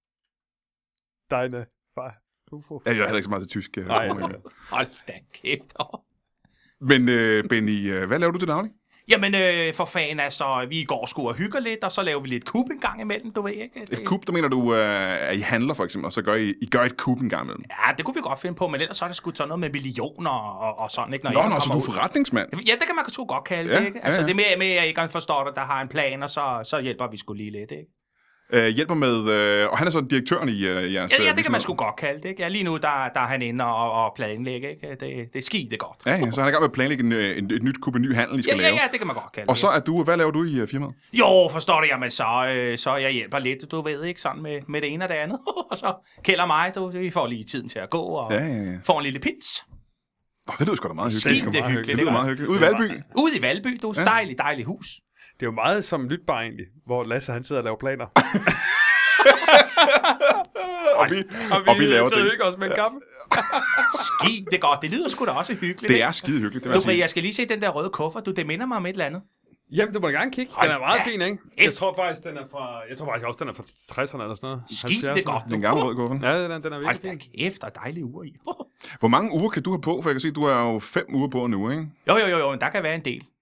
deine far. UFO. Ja, jeg er heller ikke så meget til tysk. Nej, hold da kæft. Men Benny, hvad laver du til daglig? Jamen, for fanden, altså, vi går sgu og hygger lidt, og så laver vi lidt kub en gang imellem, du ved ikke? Et kub, der mener du, at I handler for eksempel, og så gør I et kub en gang imellem? Ja, det kunne vi godt finde på, men ellers så er det sgu sådan noget med millioner og sådan, ikke? Nå, så du er forretningsmand? Ja, det kan man sgu godt kalde det, ikke? Altså, det er med at Egon forstår det, der har en plan, og så hjælper vi sgu lige lidt, ikke? Hjælper med, og han er så direktøren i jeres... Ja, det kan man sgu godt kalde det, ikke? Ja, lige nu, der er han inde og planlægge, ikke? Det er skide godt. Ja, så han er i gang med at planlægge et nyt kub, en ny handel, I skal lave. Ja, det kan man godt kalde det. Og så er du, hvad laver du i firmaet? Jo, forstår du, jamen så jeg hjælper lidt, du ved ikke, sådan med det ene og det andet. Og så Kjeld og mig, vi får lige tiden til at gå og får en lille pins. Det lyder sgu da meget hyggeligt. Skide hyggeligt. Det lyder meget hyggeligt. Ude i Valby? Ude i Valby, du. Dejlig hus. Det er jo meget som Lytbar egentlig, hvor Lasse han sidder og laver planer. og vi laver det. Ikke også med en kaffe? Skide det godt. Det lyder sgu da også hyggeligt. Det er skide hyggeligt, det vil jeg sige. Jeg skal lige se den der røde kuffert. Det minder mig om et eller andet. Jamen, du må da gerne kigge. Den er meget fin, ikke? Jeg tror faktisk, den er fra 60'erne eller sådan noget. Skide det godt. Den gamle røde kuffert. Ja, den er virkelig fin. Kæft, der er dejlige uger i. Hvor mange uger kan du have på? For jeg kan se, du er jo 5 uger på nu, ikke? Jo, der kan være en del.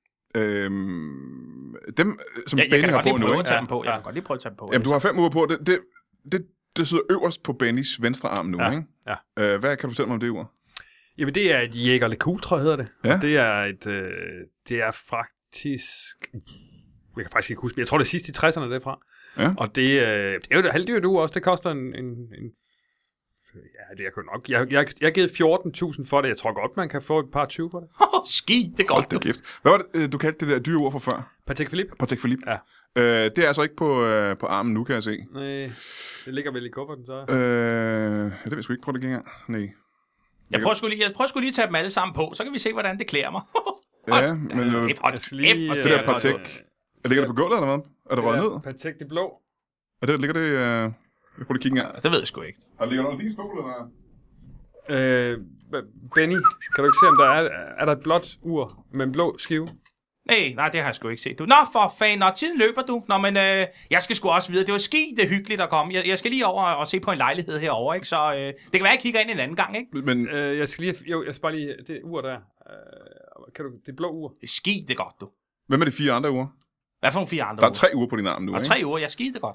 Dem, som Benny har på nu, ikke? Jeg kan godt lige prøve at tage dem på. Jamen, du har 5 uger på. Det sidder øverst på Bennys venstre arm nu, ikke? Ja. Hvad kan du fortælle mig om det ur? Jamen, det er et Jaeger LeCoultre, tror jeg, hedder det. Ja. Det er faktisk... Jeg kan faktisk ikke huske, jeg tror, det er sidst i 60'erne derfra. Ja. Og det er jo et halvdyrt ur også. Det koster en ja, det er jo nok. Jeg har givet 14.000 for det. Jeg tror godt, man kan få et par 20 for det. Skid, det er godt. Hold da kæft. Hvad var det, du kaldte det der dyre ord for før? Patek Philippe. Patek Philippe. Ja. Det er altså ikke på armen nu, kan jeg se. Nej, det ligger vel i kufferten, så. Det vil jeg sgu ikke prøve det engang. Nej. Jeg prøver sgu lige at tage dem alle sammen på, så kan vi se, hvordan det klæder mig. Ja, men det der Patek... Ligger det på gulvet, eller hvad? Er det røget ned? Patek det blå. Ligger det... Jeg prøver lige at kigge engang. Det ved jeg sgu ikke. Har det ligger under din stol, eller? Benny, kan du ikke se, om der er der et blåt ur med en blå skive? Nej, det har jeg sgu ikke set. Nå, for fanden, når tiden løber, du. Nå, men jeg skal sgu også videre. Det var skide hyggeligt at komme. Jeg skal lige over og se på en lejlighed herovre, ikke? Så det kan være, jeg kigger ind en anden gang, ikke? Men jeg skal bare lige... Det ur der. Det blå ur. Det er skide godt, du. Hvem er de 4 andre uger? Hvad for nogle 4 andre Der er 3 uger på din arm nu, ikke? Og 3 uger, jeg skide godt.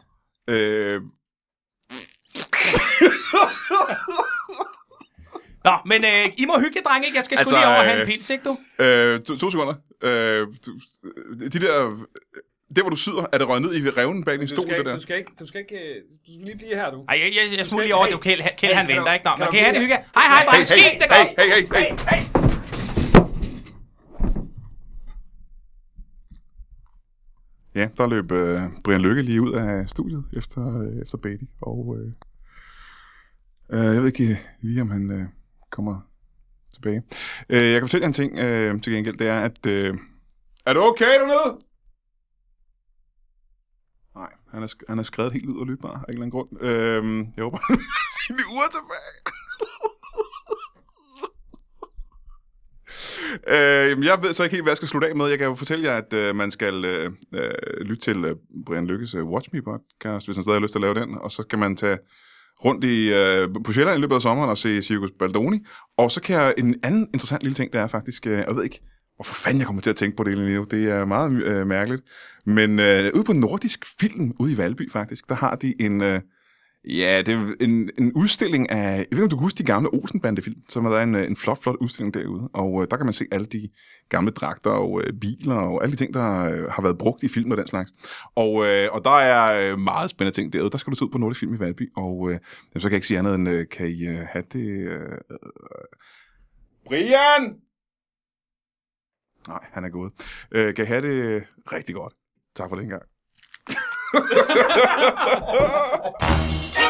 Nå, men I må hygge, drenge, ikke? Jeg skal sgu lige over og have en pils, ikke du? 2 sekunder. Der, hvor du sidder, er det røget ned i revnen bag din stol, det der? Du skal lige blive her, du. Ej, jeg smutter lige over, det Kjeld han venter, ikke? Nå, men kan I have det hygge? Hej, drenge, skid, det godt! Hey. Ja, der løb Brian Lykke lige ud af studiet efter Betty, og jeg ved ikke lige, om han kommer tilbage. Jeg kan fortælle jer en ting til gengæld, det er, at... er du okay dernede? Nej, han er skrevet helt ud og Lytbar af en eller anden grund. Jeg håber, han har sine uger tilbage. Jeg ved så ikke helt, hvad jeg skal slutte af med. Jeg kan jo fortælle jer, at man skal lytte til Brian Lykkes Watch Me podcast, hvis han stadig har lyst til at lave den. Og så kan man tage rundt på Sjælland i løbet af sommeren og se Cirkus Baldoni. Og så kan jeg en anden interessant lille ting, der er faktisk, jeg ved ikke, hvorfor fanden jeg kommer til at tænke på det lige nu. Det er meget mærkeligt. Men ude på Nordisk Film, ude i Valby faktisk, der har de en... det er en udstilling af... Jeg ved ikke, om du kan huske de gamle Olsen-bandefilm, som har været en flot udstilling derude. Og der kan man se alle de gamle dragter og biler og alle de ting, der har været brugt i film og den slags. Og der er meget spændende ting derude. Der skal du tage ud på Nordisk Film i Valby. Og så kan jeg ikke sige andet end, kan I have det... Brian! Nej, han er gået. Kan I have det rigtig godt. Tak for det engang.